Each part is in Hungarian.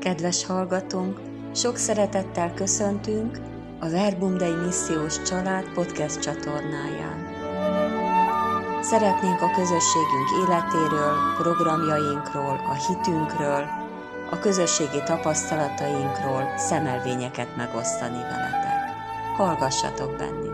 Kedves hallgatónk, sok szeretettel köszöntünk a Verbum Dei Missziós Család podcast csatornáján. Szeretnénk a közösségünk életéről, programjainkról, a hitünkről, a közösségi tapasztalatainkról szemelvényeket megosztani veletek. Hallgassatok bennünket!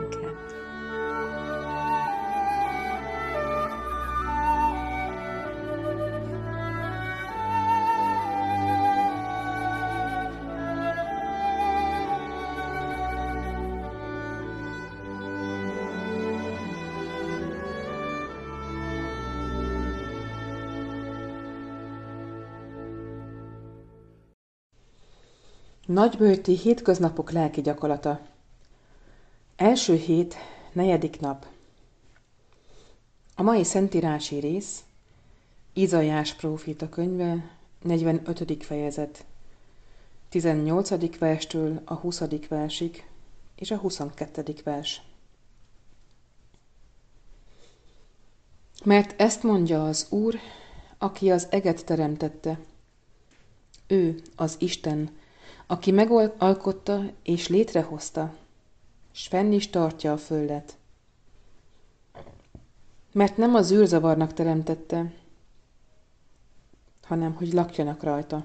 Nagyböjti hétköznapok lelki gyakorlata. Első hét, 4. nap. A mai szentírási rész, Izaiás próféta könyve, 45. fejezet, 18. verstől a 20. versig és a 22. vers. Mert ezt mondja az Úr, aki az eget teremtette. Ő az Isten, aki megalkotta és létrehozta, s fenn is tartja a földet. Mert nem az űrzavarnak teremtette, hanem hogy lakjanak rajta.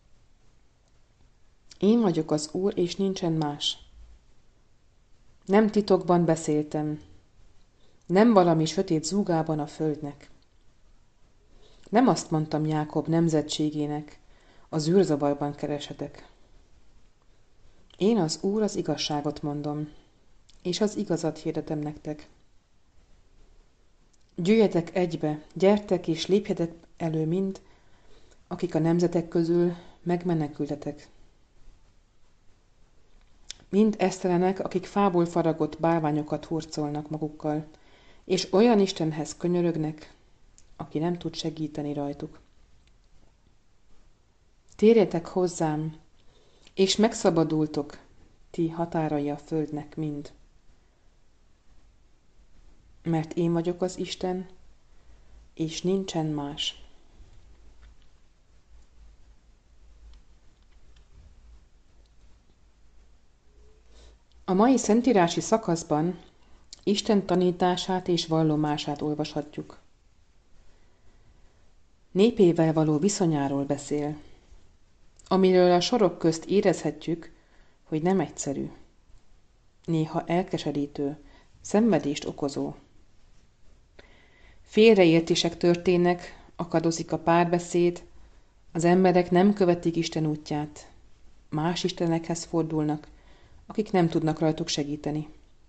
Én vagyok az Úr, és nincsen más. Nem titokban beszéltem, nem valami sötét zúgában a földnek. Nem azt mondtam Jákob nemzetségének, az űrzavarban keresetek. Én az Úr az igazságot mondom, és az igazat hirdetem nektek. Gyűjjetek egybe, gyertek és lépjetek elő mind, akik a nemzetek közül megmenekültetek. Mind esztelenek, akik fából faragott bálványokat hurcolnak magukkal, és olyan Istenhez könyörögnek, aki nem tud segíteni rajtuk. Térjetek hozzám, és megszabadultok, ti határai a földnek mind. Mert én vagyok az Isten, és nincsen más. A mai szentírási szakaszban Isten tanítását és vallomását olvashatjuk. Népével való viszonyáról beszél, amiről a sorok közt érezhetjük, hogy nem egyszerű, néha elkeserítő, szenvedést okozó. Félreértések történnek, akadozik a párbeszéd, az emberek nem követik Isten útját, más istenekhez fordulnak, akik nem tudnak rajtuk segíteni.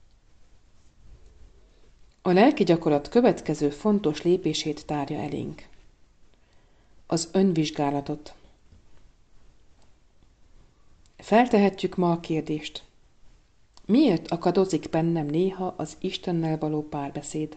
A lelki gyakorlat következő fontos lépését tárja elénk. Az önvizsgálatot. Feltehetjük ma a kérdést. Miért akadozik bennem néha az Istennel való párbeszéd?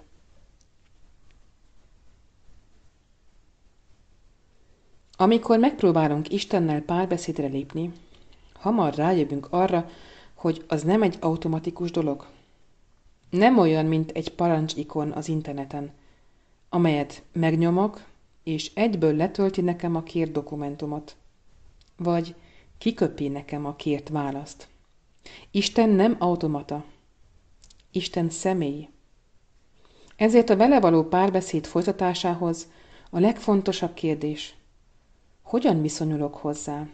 Amikor megpróbálunk Istennel párbeszédre lépni, hamar rájövünk arra, hogy az nem egy automatikus dolog. Nem olyan, mint egy parancsikon az interneten, amelyet megnyomok, és egyből letölti nekem a kért dokumentumot. Vagy kiköpi nekem a kért választ. Isten nem automata. Isten személy. Ezért a vele való párbeszéd folytatásához a legfontosabb kérdés: hogyan viszonyulok hozzá?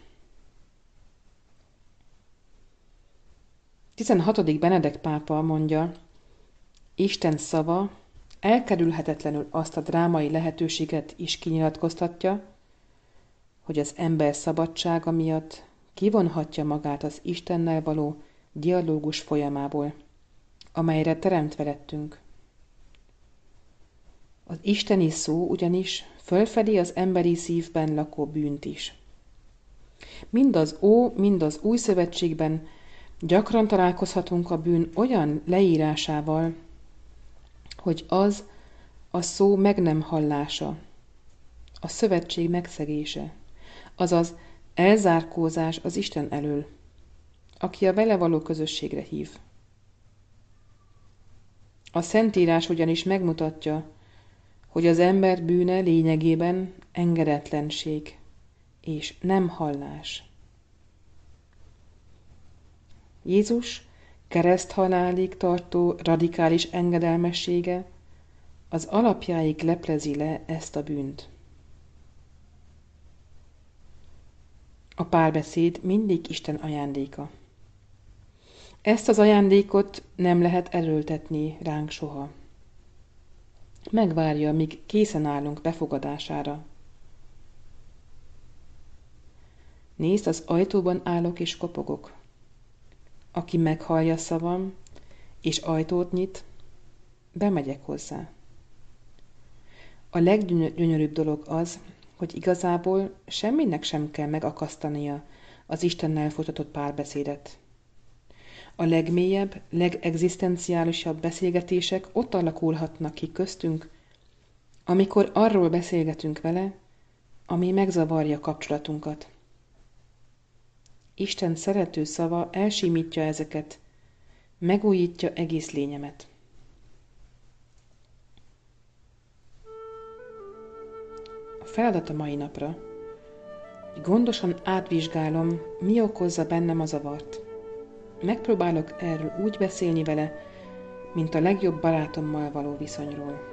16. Benedek pápa mondja, Isten szava elkerülhetetlenül azt a drámai lehetőséget is kinyilatkoztatja, hogy az ember szabadsága miatt kivonhatja magát az Istennel való dialógus folyamából, amelyre teremtve lettünk. Az isteni szó ugyanis fölfedi az emberi szívben lakó bűnt is. Mind az új szövetségben gyakran találkozhatunk a bűn olyan leírásával, hogy az a szó meg nem hallása, a szövetség megszegése, azaz elzárkózás az Isten elől, aki a vele való közösségre hív. A Szentírás ugyanis megmutatja, hogy az ember bűne lényegében engedetlenség és nem hallás. Jézus kereszthalálig tartó radikális engedelmessége az alapjáig leplezi le ezt a bűnt. A párbeszéd mindig Isten ajándéka. Ezt az ajándékot nem lehet erőltetni ránk soha. Megvárja, míg készen állunk befogadására. Nézd, az ajtóban állok és kopogok. Aki meghallja szavam, és ajtót nyit, bemegyek hozzá. A leggyönyörűbb dolog az, hogy igazából semminek sem kell megakasztania az Istennel folytatott párbeszédet. A legmélyebb, legegzisztenciálisabb beszélgetések ott alakulhatnak ki köztünk, amikor arról beszélgetünk vele, ami megzavarja kapcsolatunkat. Isten szerető szava elsimítja ezeket, megújítja egész lényemet. A feladat a mai napra, hogy gondosan átvizsgálom, mi okozza bennem a zavart. Megpróbálok erről úgy beszélni vele, mint a legjobb barátommal való viszonyról.